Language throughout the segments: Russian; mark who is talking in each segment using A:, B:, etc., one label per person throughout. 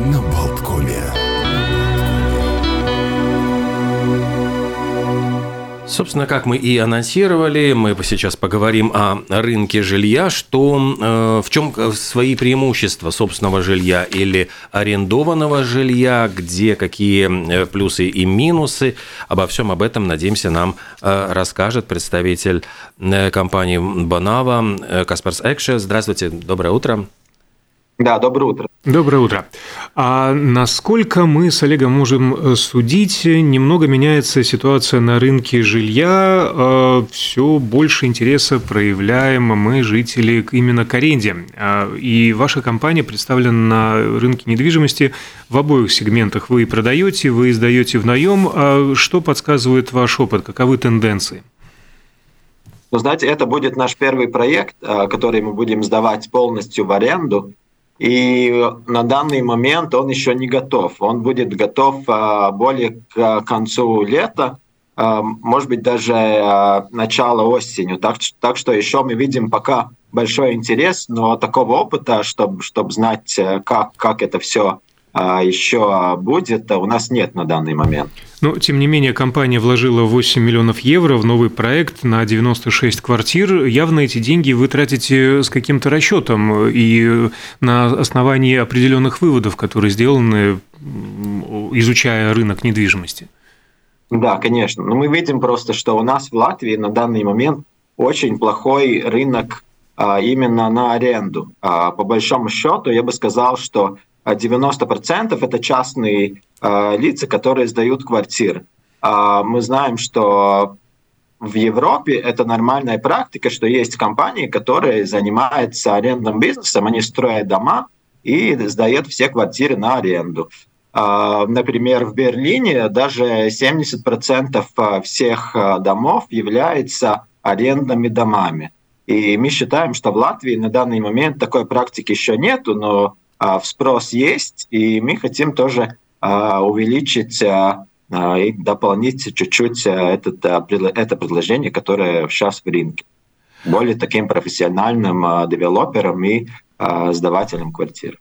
A: на Болткоме.
B: Собственно, как мы и анонсировали, мы сейчас поговорим о рынке жилья, что в чем свои преимущества собственного жилья или арендованного жилья, где какие плюсы и минусы. Обо всем об этом, надеемся, нам расскажет представитель компании Bonava Каспарс Экше. Здравствуйте, доброе утро.
C: Да, доброе утро.
D: Доброе утро. А насколько мы с Олегом можем судить, немного меняется ситуация на рынке жилья, все больше интереса проявляем мы, жители, именно к аренде. И ваша компания представлена на рынке недвижимости в обоих сегментах. Вы продаете, вы сдаете в наем. Что подсказывает ваш опыт? Каковы тенденции?
C: Ну, знаете, это будет наш первый проект, который мы будем сдавать полностью в аренду. И на данный момент он еще не готов. Он будет готов более к концу лета, может быть, даже начало осени. Так что еще мы видим пока большой интерес, но такого опыта, чтобы знать, как это все еще будет, у нас нет на данный момент.
D: Но, тем не менее, компания вложила 8 миллионов евро в новый проект на 96 квартир. Явно эти деньги вы тратите с каким-то расчетом и на основании определенных выводов, которые сделаны, изучая рынок недвижимости.
C: Да, конечно. Но мы видим просто, что у нас в Латвии на данный момент очень плохой рынок именно на аренду. По большому счету, я бы сказал, что 90% это частные лица, которые сдают квартиры. Мы знаем, что в Европе это нормальная практика, что есть компании, которые занимаются арендным бизнесом, они строят дома и сдают все квартиры на аренду. Например, в Берлине даже 70% всех домов являются арендными домами. И мы считаем, что в Латвии на данный момент такой практики еще нету, но спрос есть, и мы хотим тоже увеличить и дополнить чуть-чуть это предложение, которое сейчас в рынке. Более таким профессиональным девелоперам и сдавателям квартир.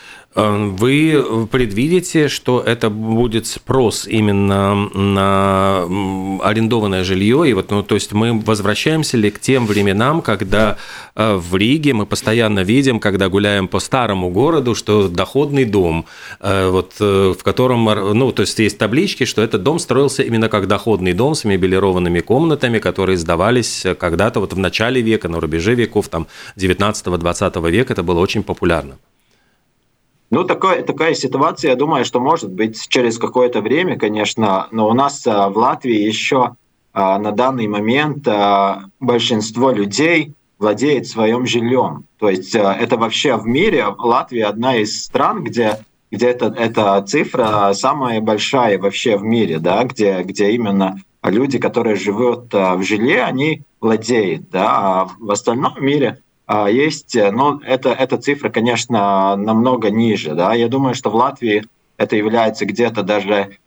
B: Вы предвидите, что это будет спрос именно на арендованное жилье? И вот, то есть мы возвращаемся ли к тем временам, когда в Риге мы постоянно видим, когда гуляем по старому городу, что доходный дом, в котором, то есть есть таблички, что этот дом строился именно как доходный дом с мебелированными комнатами, которые сдавались когда-то в начале века, на рубеже веков, 19-20 века, это было очень популярно.
C: Такая ситуация, я думаю, что может быть через какое-то время, конечно, но у нас в Латвии еще на данный момент большинство людей владеет своим жильем. То есть это вообще в мире, Латвия одна из стран, где эта цифра самая большая вообще в мире, да, где именно люди, которые живут в жилье, они владеют, да, а в остальном мире есть, эта цифра, конечно, намного ниже. Да? Я думаю, что в Латвии это является где-то даже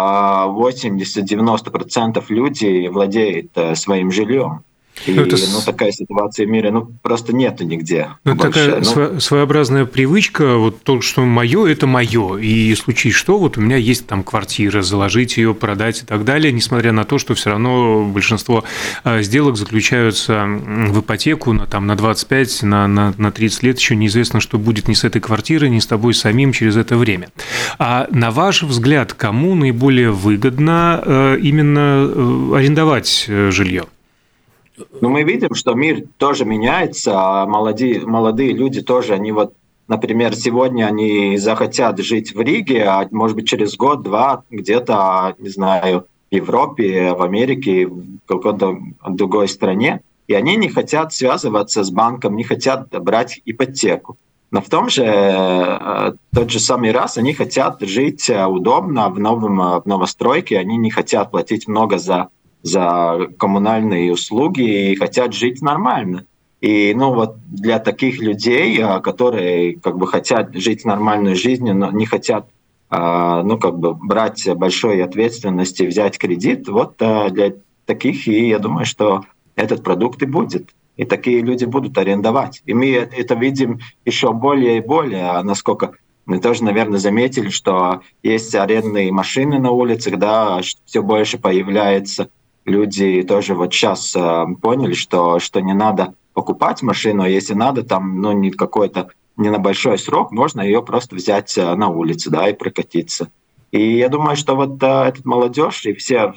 C: 80-90% людей владеют своим жильем. И такая ситуация в мире просто нету нигде.
D: Такая своеобразная привычка, то, что мое, это мое. И случись что, у меня есть там квартира, заложить ее, продать и так далее, несмотря на то, что все равно большинство сделок заключаются в ипотеку на 25, на 30 лет, еще неизвестно, что будет ни с этой квартирой, ни с тобой самим через это время. А на ваш взгляд, кому наиболее выгодно именно арендовать жилье?
C: Мы видим, что мир тоже меняется, а молодые люди тоже, они например, сегодня они захотят жить в Риге, а может быть через год-два где-то, не знаю, в Европе, в Америке, в какой-то другой стране, и они не хотят связываться с банком, не хотят брать ипотеку. Но в тот же самый раз они хотят жить удобно в новостройке, они не хотят платить много за коммунальные услуги и хотят жить нормально. И для таких людей, которые хотят жить нормальную жизнь, но не хотят брать большой ответственности, взять кредит, для таких, и я думаю, что этот продукт и будет. И такие люди будут арендовать. И мы это видим еще более и более, насколько мы тоже, наверное, заметили, что есть арендные машины на улицах, да, все больше появляется. Люди тоже вот сейчас поняли, что не надо покупать машину, а если надо, там, не какой-то, не на большой срок, можно ее просто взять на улице, да, и прокатиться. И я думаю, что вот этот молодежь и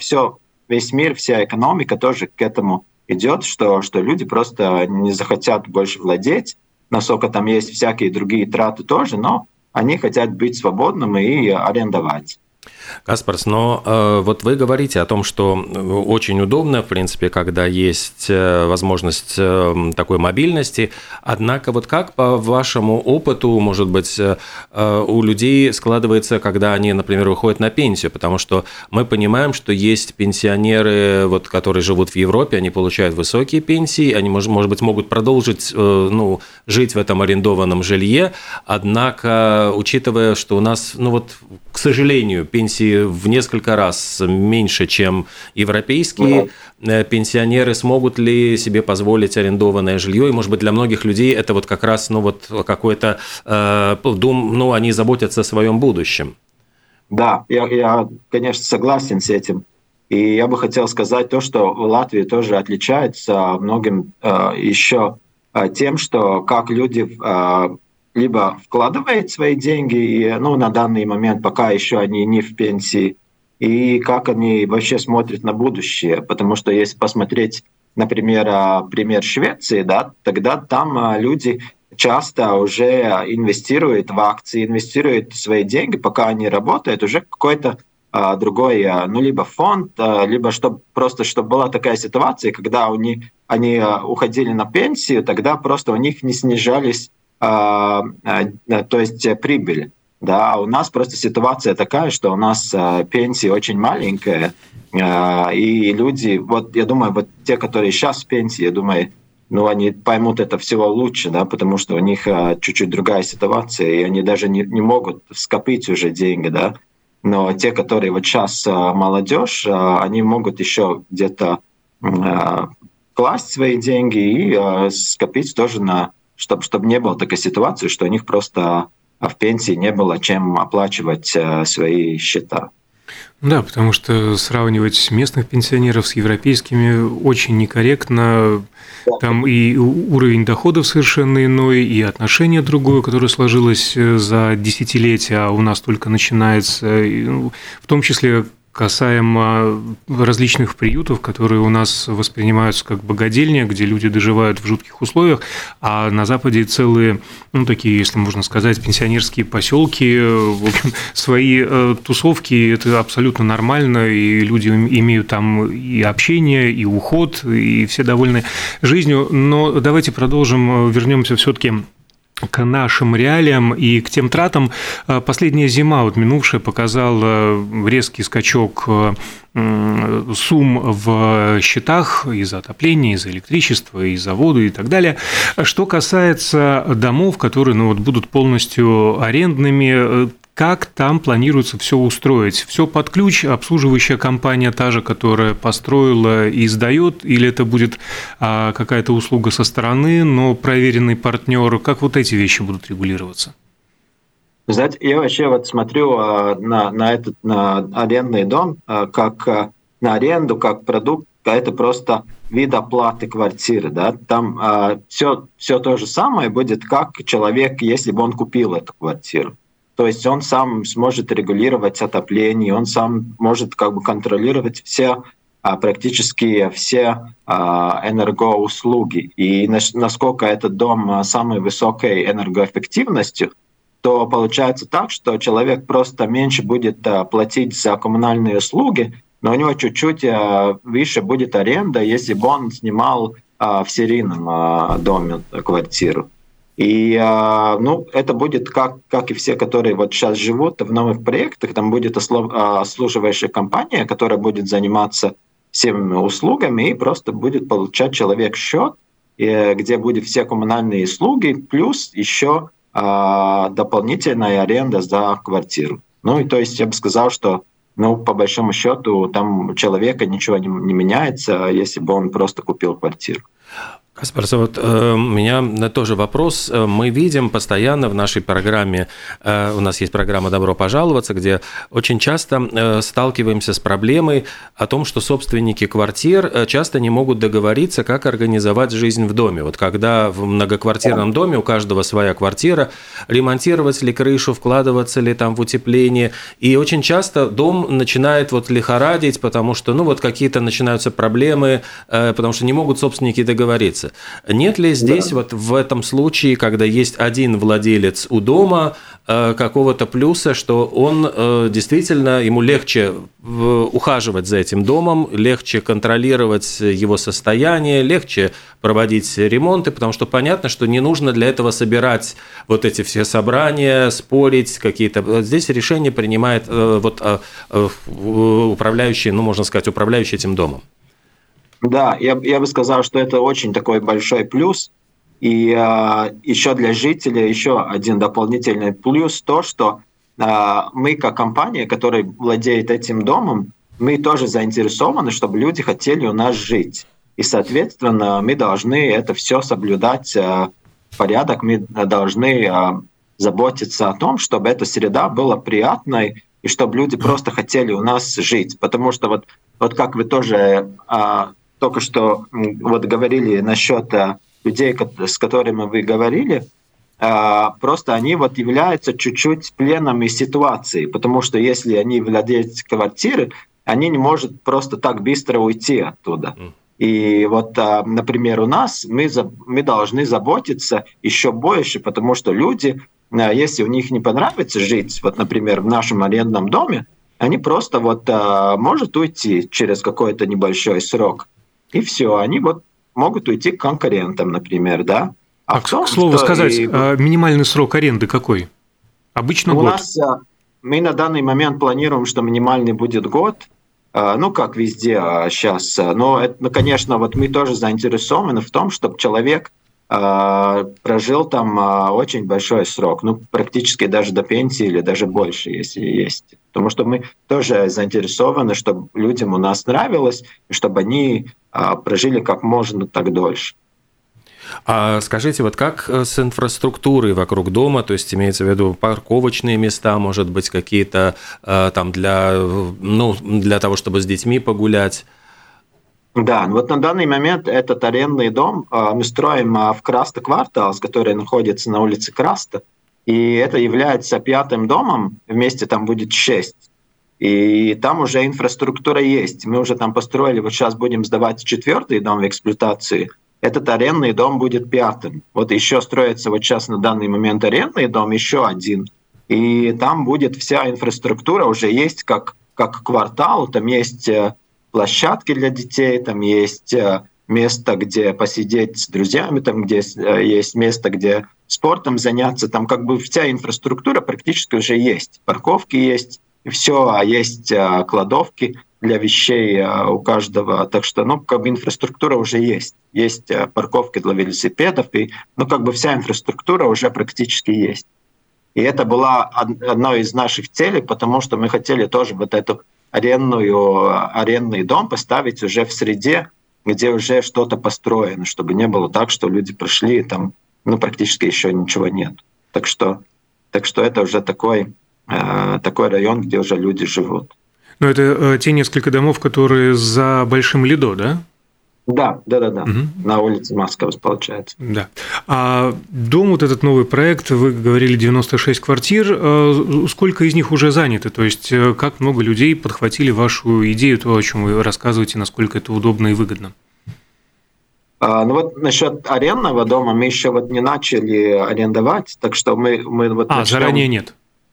C: весь мир, вся экономика тоже к этому идет, что люди просто не захотят больше владеть, насколько там есть всякие другие траты тоже, но они хотят быть свободными и арендовать.
B: Каспарс, но вот вы говорите о том, что очень удобно, в принципе, когда есть возможность такой мобильности, однако вот как по вашему опыту, может быть, у людей складывается, когда они, например, выходят на пенсию, потому что мы понимаем, что есть пенсионеры, вот, которые живут в Европе, они получают высокие пенсии, они, может быть, могут продолжить жить в этом арендованном жилье, однако, учитывая, что у нас, к сожалению, пенсии в несколько раз меньше, чем европейские, пенсионеры смогут ли себе позволить арендованное жилье? И, может быть, для многих людей это вот как раз какой-то дом, они заботятся о своем будущем.
C: Да, я, конечно, согласен с этим. И я бы хотел сказать то, что Латвия тоже отличается многим еще тем, что как люди либо вкладывают свои деньги, и, на данный момент, пока еще они не в пенсии, и как они вообще смотрят на будущее. Потому что если посмотреть, например, пример Швеции, да, тогда там люди часто уже инвестируют в акции, инвестируют свои деньги, пока они работают, уже какой-то другой, либо фонд, либо чтобы была такая ситуация, когда они уходили на пенсию, тогда просто у них не снижались то есть прибыль. Да, у нас просто ситуация такая, что у нас пенсия очень маленькая, и люди, я думаю, те, которые сейчас в пенсии, я думаю, они поймут это всего лучше, да, потому что у них чуть-чуть другая ситуация, и они даже не могут скопить уже деньги, да. Но те, которые вот сейчас молодежь, они могут еще где-то класть свои деньги и скопить тоже чтобы не было такой ситуации, что у них просто в пенсии не было чем оплачивать свои счета.
D: Да, потому что сравнивать местных пенсионеров с европейскими очень некорректно. Там и уровень доходов совершенно иной, и отношение другое, которое сложилось за десятилетия, а у нас только начинается, в том числе касаемо различных приютов, которые у нас воспринимаются как богадельня, где люди доживают в жутких условиях, а на Западе целые, такие, если можно сказать, пенсионерские поселки, в общем, свои тусовки, это абсолютно нормально, и люди имеют там и общение, и уход, и все довольны жизнью. Но давайте продолжим, вернемся все-таки к нашим реалиям и к тем тратам. Последняя зима, минувшая, показала резкий скачок сумм в счетах из-за отопления, из-за электричества, из-за воды и так далее. Что касается домов, которые будут полностью арендными, как там планируется все устроить? Все под ключ, обслуживающая компания та же, которая построила и сдает, или это будет какая-то услуга со стороны, но проверенный партнер? Как эти вещи будут регулироваться?
C: Знаете, я вообще смотрю на арендный дом как на аренду, как продукт. Это просто вид оплаты квартиры. Да? Там все то же самое будет, как человек, если бы он купил эту квартиру. То есть он сам сможет регулировать отопление, он сам может контролировать практически все энергоуслуги. И насколько этот дом с самой высокой энергоэффективностью, то получается так, что человек просто меньше будет платить за коммунальные услуги, но у него чуть-чуть выше будет аренда, если бы он снимал в серийном доме квартиру. И это будет как и все, которые сейчас живут в новых проектах, там будет обслуживающая компания, которая будет заниматься всеми услугами и просто будет получать человек счет, где будут все коммунальные услуги, плюс еще дополнительная аренда за квартиру. И то есть я бы сказал, что по большому счету там у человека ничего не меняется, если бы он просто купил квартиру.
B: Каспар, вот у меня тоже вопрос. Мы видим постоянно в нашей программе, у нас есть программа «Добро пожаловаться», где очень часто сталкиваемся с проблемой о том, что собственники квартир часто не могут договориться, как организовать жизнь в доме. Вот когда в многоквартирном доме у каждого своя квартира, ремонтировать ли крышу, вкладываться ли там в утепление. И очень часто дом начинает вот лихорадить, потому что вот какие-то начинаются проблемы, потому что не могут собственники договориться. Нет ли здесь вот в этом случае, когда есть один владелец у дома, какого-то плюса, что он действительно, ему легче ухаживать за этим домом, легче контролировать его состояние, легче проводить ремонты, потому что понятно, что не нужно для этого собирать вот эти все собрания, спорить какие-то. Здесь решение принимает управляющий, можно сказать, управляющий этим домом.
C: Да, я бы сказал, что это очень такой большой плюс. И еще для жителей еще один дополнительный плюс то, что мы как компания, которая владеет этим домом, мы тоже заинтересованы, чтобы люди хотели у нас жить. И, соответственно, мы должны это все соблюдать порядок, мы должны заботиться о том, чтобы эта среда была приятной и чтобы люди просто хотели у нас жить. Потому что вот как вы тоже только что вот говорили насчет людей, с которыми вы говорили, просто они вот являются чуть-чуть пленами ситуации, потому что если они владеют квартиры, они не могут просто так быстро уйти оттуда. И вот, например, у нас мы должны заботиться еще больше, потому что люди, если у них не понравится жить, вот, например, в нашем арендном доме, они просто могут уйти через какой-то небольшой срок. И все, они могут уйти к конкурентам, например, да.
D: К слову сказать, минимальный срок аренды какой? Обычно год. У нас
C: мы на данный момент планируем, что минимальный будет год, как везде сейчас. Но, конечно, мы тоже заинтересованы в том, чтобы человек прожил там очень большой срок, практически даже до пенсии или даже больше, если есть. Потому что мы тоже заинтересованы, чтобы людям у нас нравилось, и чтобы они прожили как можно так дольше.
B: А скажите, вот как с инфраструктурой вокруг дома, то есть имеется в виду парковочные места, может быть, какие-то там для того, чтобы с детьми погулять?
C: Да, вот на данный момент этот арендный дом мы строим в Краста квартал, который находится на улице Краста, и это является 5-м домом, вместе там будет 6. И там уже инфраструктура есть. Мы уже там построили, вот сейчас будем сдавать 4-й дом в эксплуатацию. Этот арендный дом будет 5-м. Вот еще строится вот сейчас на данный момент арендный дом, еще один. И там будет вся инфраструктура, уже есть как квартал, там есть площадки для детей, там есть место, где посидеть с друзьями, там где есть место, где спортом заняться, там вся инфраструктура практически уже есть. Парковки есть, все, есть кладовки для вещей у каждого. Так что, инфраструктура уже есть. Есть парковки для велосипедов, и, вся инфраструктура уже практически есть. И это была одной из наших целей, потому что мы хотели тоже вот эту арендный дом поставить уже в среде, где уже что-то построено, чтобы не было так, что люди пришли, и там практически еще ничего нет. Так что это уже такой район, где уже люди живут.
D: Но это те несколько домов, которые за Большим Лидо, да?
C: Да. Угу. На улице Москва, получается.
D: Да. А дом, вот этот новый проект, вы говорили 96 квартир, сколько из них уже заняты? То есть, как много людей подхватили вашу идею, то, о чем вы рассказываете, насколько это удобно и выгодно?
C: Насчет арендного дома мы еще не начали арендовать, так что мы начнем...
D: заранее нет?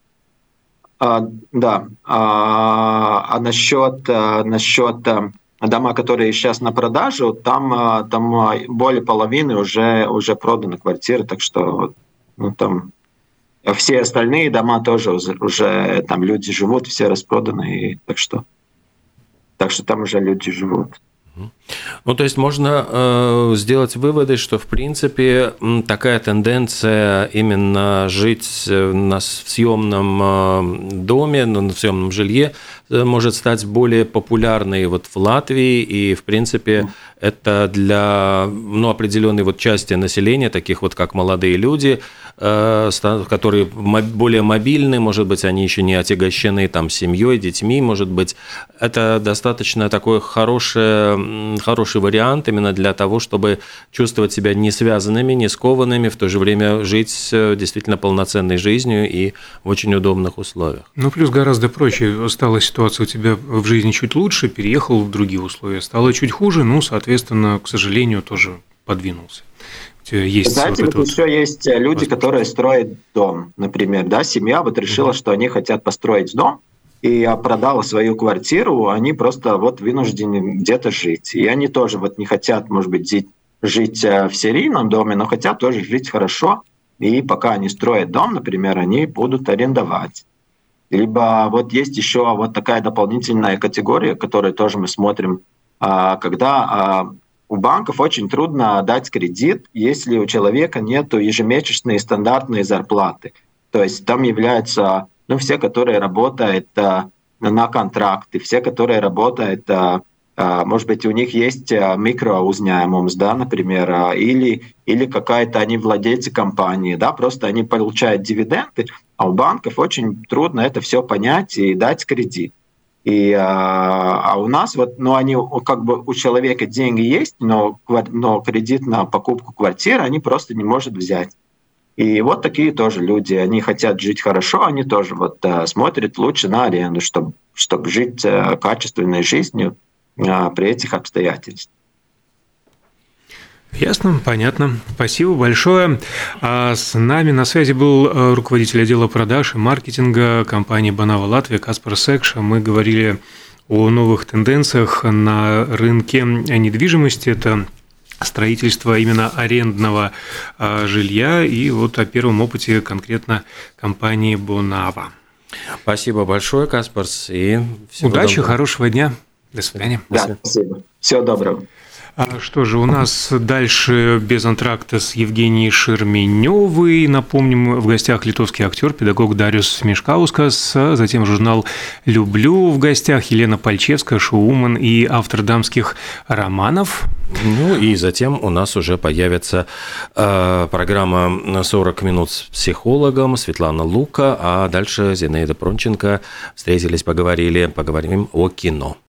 C: Да. А насчет дома, которые сейчас на продажу, там более половины уже проданы квартиры, так что там все остальные дома тоже уже там люди живут, все распроданы, так что там уже люди живут.
B: То есть можно сделать выводы, что, в принципе, такая тенденция именно жить в съемном доме, в съемном жилье может стать более популярной в Латвии, и, в принципе, это для определенной части населения, таких как молодые люди, которые более мобильны, может быть, они еще не отягощены семьей, детьми, может быть. Это достаточно такой хороший вариант именно для того, чтобы чувствовать себя не связанными, не скованными, в то же время жить действительно полноценной жизнью и в очень удобных условиях.
D: Плюс гораздо проще. Стала ситуация у тебя в жизни чуть лучше, переехал в другие условия. Стало чуть хуже, соответственно, к сожалению, тоже подвинулся. Есть
C: Знаете, еще есть люди, которые строят дом, например, семья решила, что они хотят построить дом, и продала свою квартиру, они просто вынуждены где-то жить. И они тоже не хотят, может быть, жить в серийном доме, но хотят тоже жить хорошо, и пока они строят дом, например, они будут арендовать. Либо есть еще такая дополнительная категория, которую тоже мы смотрим, когда у банков очень трудно дать кредит, если у человека нет ежемесячной стандартной зарплаты. То есть там являются все, которые работают на контракты, все, которые работают, может быть, у них есть микроузняемость, например, или какая-то они владельцы компании, просто они получают дивиденды, а у банков очень трудно это все понять и дать кредит. А у нас они у человека деньги есть, но кредит на покупку квартиры они просто не может взять. И такие тоже люди, они хотят жить хорошо, они тоже смотрят лучше на аренду, чтобы жить качественной жизнью при этих обстоятельствах.
D: Ясно, понятно. Спасибо большое. С нами на связи был руководитель отдела продаж и маркетинга компании Bonava Латвия Каспар Секша. Мы говорили о новых тенденциях на рынке недвижимости. Это строительство именно арендного жилья и о первом опыте конкретно компании Bonava.
B: Спасибо большое, Каспар. И всего
D: удачи,
B: доброго.
D: Хорошего дня. До свидания.
C: Спасибо. Всего доброго.
D: Что же, у нас дальше без антракта с Евгенией Шерменевой. Напомним, в гостях литовский актер, педагог Дариус Мишкаускас, затем журнал «Люблю» в гостях Елена Пальчевская, шоумен и автор дамских романов.
B: И затем у нас уже появится программа «40 минут с психологом» Светлана Лука, а дальше Зинаида Пронченко. Встретились, поговорим о кино.